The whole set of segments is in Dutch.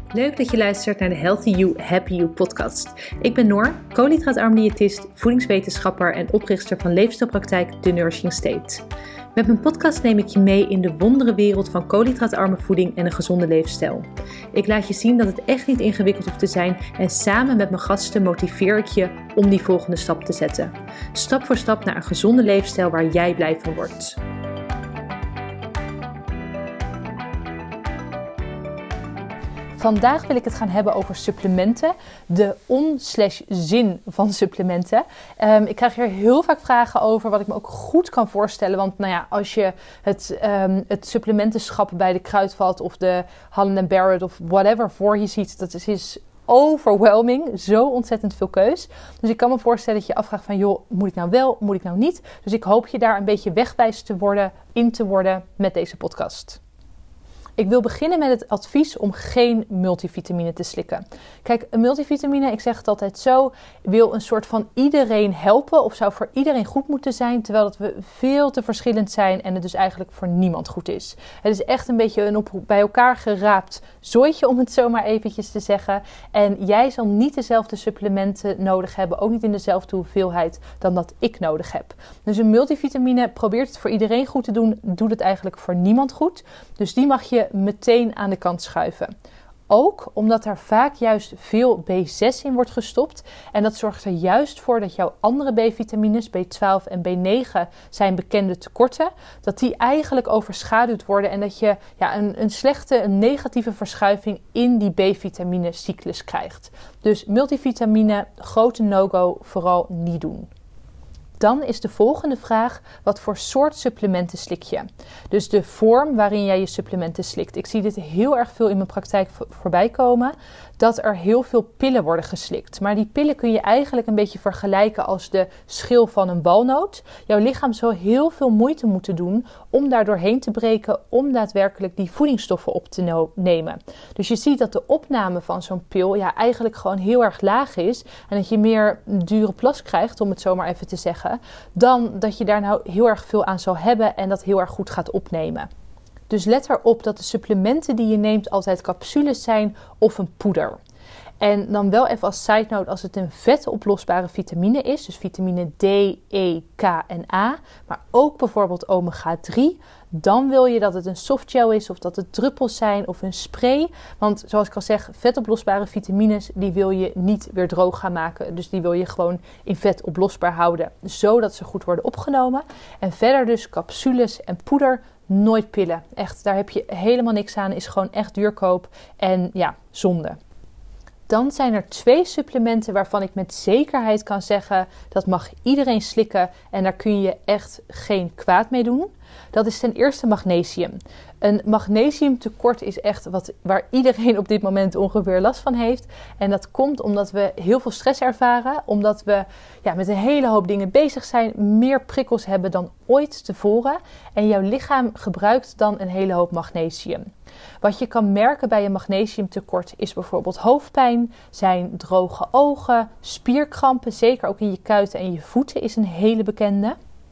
Leuk dat je luistert naar de Healthy You, Happy You podcast. Ik ben Noor, koolhydraatarm diëtist, voedingswetenschapper en oprichter van leefstijlpraktijk The Nourishing State. Met mijn podcast neem ik je mee in de wonderenwereld van koolhydraatarme voeding en een gezonde leefstijl. Ik laat je zien dat het echt niet ingewikkeld hoeft te zijn en samen met mijn gasten motiveer ik je om die volgende stap te zetten. Stap voor stap naar een gezonde leefstijl waar jij blij van wordt. Vandaag wil ik het gaan hebben over supplementen, de on/zin van supplementen. Ik krijg hier heel vaak vragen over, wat ik me ook goed kan voorstellen. Want als je het supplementenschap bij de Kruidvat of de Holland & Barrett of whatever voor je ziet, dat is overwhelming, zo ontzettend veel keus. Dus ik kan me voorstellen dat je afvraagt van, joh, moet ik nou wel, moet ik nou niet? Dus ik hoop je daar een beetje wegwijs te worden met deze podcast. Ik wil beginnen met het advies om geen multivitamine te slikken. Kijk, een multivitamine, ik zeg het altijd zo, wil een soort van iedereen helpen of zou voor iedereen goed moeten zijn, terwijl we veel te verschillend zijn en het dus eigenlijk voor niemand goed is. Het is echt een beetje een bij elkaar geraapt zooitje, om het zo maar eventjes te zeggen. En jij zal niet dezelfde supplementen nodig hebben, ook niet in dezelfde hoeveelheid dan dat ik nodig heb. Dus een multivitamine probeert het voor iedereen goed te doen, doet het eigenlijk voor niemand goed. Dus die mag je meteen aan de kant schuiven. Ook omdat er vaak juist veel B6 in wordt gestopt. En dat zorgt er juist voor dat jouw andere B-vitamines, B12 en B9 zijn bekende tekorten, dat die eigenlijk overschaduwd worden en dat je een negatieve verschuiving in die B-vitamine cyclus krijgt. Dus multivitamine, grote no-go, vooral niet doen. Dan is de volgende vraag, wat voor soort supplementen slik je? Dus de vorm waarin jij je supplementen slikt. Ik zie dit heel erg veel in mijn praktijk voorbij komen, dat er heel veel pillen worden geslikt. Maar die pillen kun je eigenlijk een beetje vergelijken als de schil van een walnoot. Jouw lichaam zal heel veel moeite moeten doen om daar doorheen te breken, om daadwerkelijk die voedingsstoffen op te nemen. Dus je ziet dat de opname van zo'n pil eigenlijk gewoon heel erg laag is en dat je meer dure plas krijgt, om het zo maar even te zeggen, dan dat je daar nou heel erg veel aan zal hebben en dat heel erg goed gaat opnemen. Dus let erop dat de supplementen die je neemt altijd capsules zijn of een poeder. En dan wel even als side note, als het een vetoplosbare vitamine is, dus vitamine D, E, K en A, maar ook bijvoorbeeld omega 3, dan wil je dat het een softgel is of dat het druppels zijn of een spray. Want zoals ik al zeg, vetoplosbare vitamines, die wil je niet weer droog gaan maken. Dus die wil je gewoon in vet oplosbaar houden, zodat ze goed worden opgenomen. En verder dus capsules en poeder, nooit pillen. Echt, daar heb je helemaal niks aan, is gewoon echt duurkoop en zonde. Dan zijn er 2 supplementen waarvan ik met zekerheid kan zeggen, dat mag iedereen slikken en daar kun je echt geen kwaad mee doen. Dat is ten eerste magnesium. Een magnesiumtekort is echt waar iedereen op dit moment ongeveer last van heeft. En dat komt omdat we heel veel stress ervaren. Omdat we met een hele hoop dingen bezig zijn. Meer prikkels hebben dan ooit tevoren. En jouw lichaam gebruikt dan een hele hoop magnesium. Wat je kan merken bij een magnesiumtekort is bijvoorbeeld hoofdpijn, zijn droge ogen, spierkrampen. Zeker ook in je kuiten en je voeten is een hele bekende.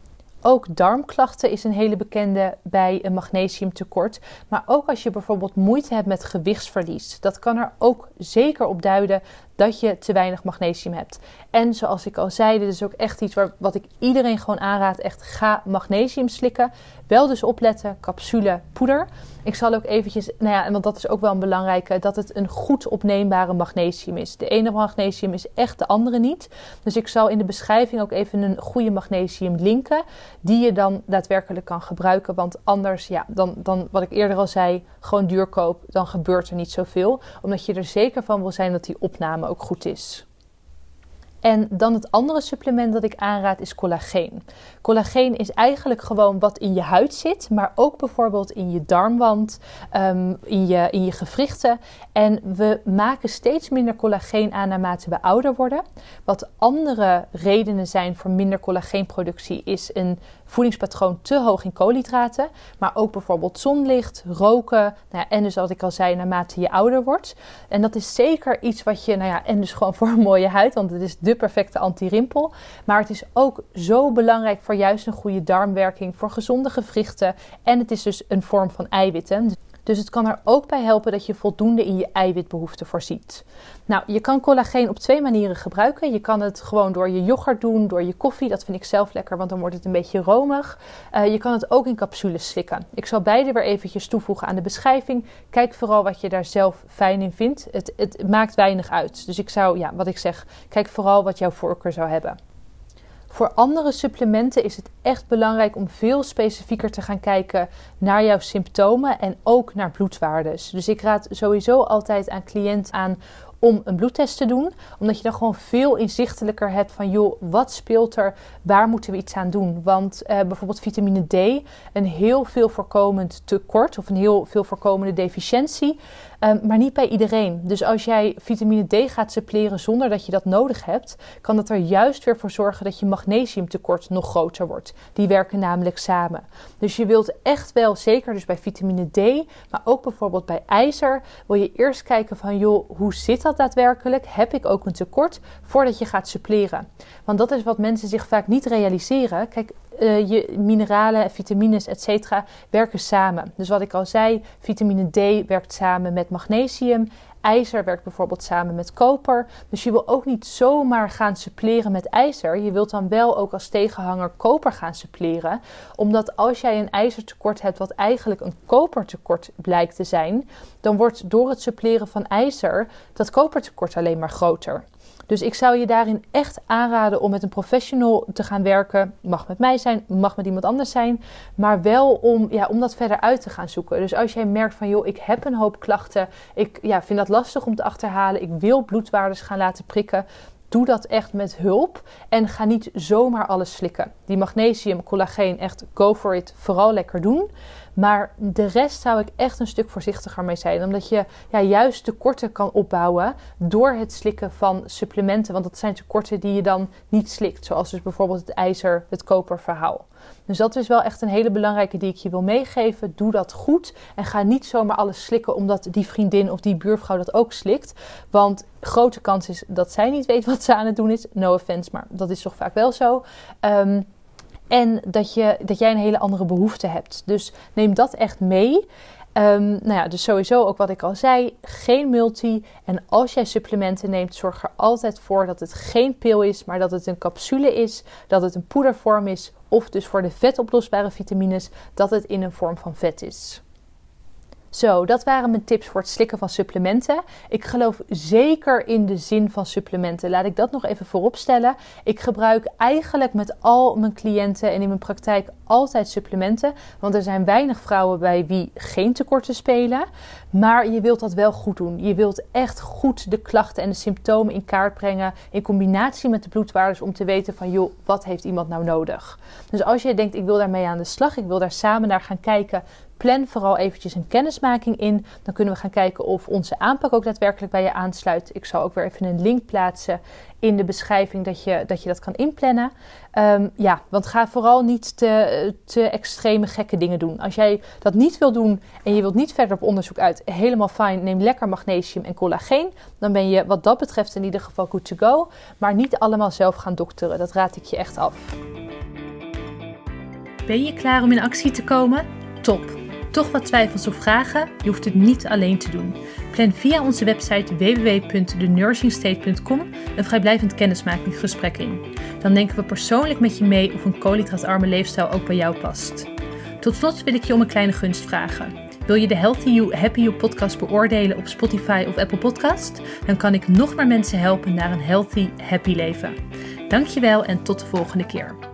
Ook darmklachten is een hele bekende bij een magnesiumtekort. Maar ook als je bijvoorbeeld moeite hebt met gewichtsverlies. Dat kan er ook zeker op duiden dat je te weinig magnesium hebt. En zoals ik al zei, dit is ook echt iets wat ik iedereen gewoon aanraad. Echt, ga magnesium slikken. Wel dus opletten, capsule, poeder. Ik zal ook eventjes, want dat is ook wel een belangrijke, dat het een goed opneembare magnesium is. De ene magnesium is echt, de andere niet. Dus ik zal in de beschrijving ook even een goede magnesium linken, die je dan daadwerkelijk kan gebruiken. Want anders, dan wat ik eerder al zei, gewoon duurkoop, dan gebeurt er niet zoveel. Omdat je er zeker van wil zijn dat die opname ook goed is. En dan het andere supplement dat ik aanraad is collageen. Collageen is eigenlijk gewoon wat in je huid zit, maar ook bijvoorbeeld in je darmwand, in je gewrichten. En we maken steeds minder collageen aan naarmate we ouder worden. Wat andere redenen zijn voor minder collageenproductie is een voedingspatroon te hoog in koolhydraten, maar ook bijvoorbeeld zonlicht, roken, en dus wat ik al zei, naarmate je ouder wordt. En dat is zeker iets wat je, en dus gewoon voor een mooie huid, want het is de perfecte anti-rimpel. Maar het is ook zo belangrijk voor juist een goede darmwerking, voor gezonde gewrichten en het is dus een vorm van eiwitten. Dus het kan er ook bij helpen dat je voldoende in je eiwitbehoefte voorziet. Nou, je kan collageen op 2 manieren gebruiken. Je kan het gewoon door je yoghurt doen, door je koffie. Dat vind ik zelf lekker, want dan wordt het een beetje romig. Je kan het ook in capsules slikken. Ik zal beide weer eventjes toevoegen aan de beschrijving. Kijk vooral wat je daar zelf fijn in vindt. Het maakt weinig uit. Dus ik zou, wat ik zeg, kijk vooral wat jouw voorkeur zou hebben. Voor andere supplementen is het echt belangrijk om veel specifieker te gaan kijken naar jouw symptomen en ook naar bloedwaardes. Dus ik raad sowieso altijd aan cliënten aan om een bloedtest te doen. Omdat je dan gewoon veel inzichtelijker hebt van, joh, wat speelt er? Waar moeten we iets aan doen? Want bijvoorbeeld vitamine D, een heel veel voorkomend tekort of een heel veel voorkomende deficiëntie. Maar niet bij iedereen. Dus als jij vitamine D gaat suppleren zonder dat je dat nodig hebt, kan dat er juist weer voor zorgen dat je magnesiumtekort nog groter wordt. Die werken namelijk samen. Dus je wilt echt wel, zeker dus bij vitamine D, maar ook bijvoorbeeld bij ijzer, wil je eerst kijken van, joh, hoe zit dat daadwerkelijk? Heb ik ook een tekort voordat je gaat suppleren? Want dat is wat mensen zich vaak niet realiseren. Kijk, je mineralen, vitamines, etc. werken samen. Dus wat ik al zei, vitamine D werkt samen met magnesium. IJzer werkt bijvoorbeeld samen met koper. Dus je wil ook niet zomaar gaan suppleren met ijzer. Je wilt dan wel ook als tegenhanger koper gaan suppleren. Omdat als jij een ijzertekort hebt wat eigenlijk een kopertekort blijkt te zijn, dan wordt door het suppleren van ijzer dat kopertekort alleen maar groter. Dus ik zou je daarin echt aanraden om met een professional te gaan werken. Mag met mij zijn, mag met iemand anders zijn. Maar wel om dat verder uit te gaan zoeken. Dus als jij merkt van, joh, ik heb een hoop klachten. Ik vind dat lastig om te achterhalen. Ik wil bloedwaardes gaan laten prikken. Doe dat echt met hulp en ga niet zomaar alles slikken. Die magnesium, collageen, echt go for it. Vooral lekker doen. Maar de rest zou ik echt een stuk voorzichtiger mee zijn. Omdat je juist tekorten kan opbouwen door het slikken van supplementen. Want dat zijn tekorten die je dan niet slikt. Zoals dus bijvoorbeeld het ijzer, het koper verhaal. Dus dat is wel echt een hele belangrijke die ik je wil meegeven. Doe dat goed en ga niet zomaar alles slikken omdat die vriendin of die buurvrouw dat ook slikt. Want grote kans is dat zij niet weet wat ze aan het doen is. No offense, maar dat is toch vaak wel zo. En dat jij een hele andere behoefte hebt. Dus neem dat echt mee. Dus sowieso ook wat ik al zei, geen multi. En als jij supplementen neemt, zorg er altijd voor dat het geen pil is, maar dat het een capsule is, dat het een poedervorm is, of dus voor de vetoplosbare vitamines, dat het in een vorm van vet is. Zo, dat waren mijn tips voor het slikken van supplementen. Ik geloof zeker in de zin van supplementen. Laat ik dat nog even voorop stellen. Ik gebruik eigenlijk met al mijn cliënten en in mijn praktijk altijd supplementen. Want er zijn weinig vrouwen bij wie geen tekorten spelen. Maar je wilt dat wel goed doen. Je wilt echt goed de klachten en de symptomen in kaart brengen. In combinatie met de bloedwaardes om te weten van, joh, wat heeft iemand nou nodig? Dus als je denkt, ik wil daarmee aan de slag. Ik wil daar samen naar gaan kijken. Plan vooral eventjes een kennismaking in. Dan kunnen we gaan kijken of onze aanpak ook daadwerkelijk bij je aansluit. Ik zal ook weer even een link plaatsen in de beschrijving dat je dat kan inplannen. Want ga vooral niet te extreme gekke dingen doen. Als jij dat niet wil doen en je wilt niet verder op onderzoek uit, helemaal fijn. Neem lekker magnesium en collageen. Dan ben je wat dat betreft in ieder geval good to go. Maar niet allemaal zelf gaan dokteren. Dat raad ik je echt af. Ben je klaar om in actie te komen? Top! Toch wat twijfels of vragen? Je hoeft het niet alleen te doen. Plan via onze website www.thenourishingstate.com een vrijblijvend kennismakingsgesprek in. Dan denken we persoonlijk met je mee of een koolhydraatarme leefstijl ook bij jou past. Tot slot wil ik je om een kleine gunst vragen. Wil je de Healthy You, Happy You podcast beoordelen op Spotify of Apple Podcast? Dan kan ik nog meer mensen helpen naar een healthy, happy leven. Dankjewel en tot de volgende keer.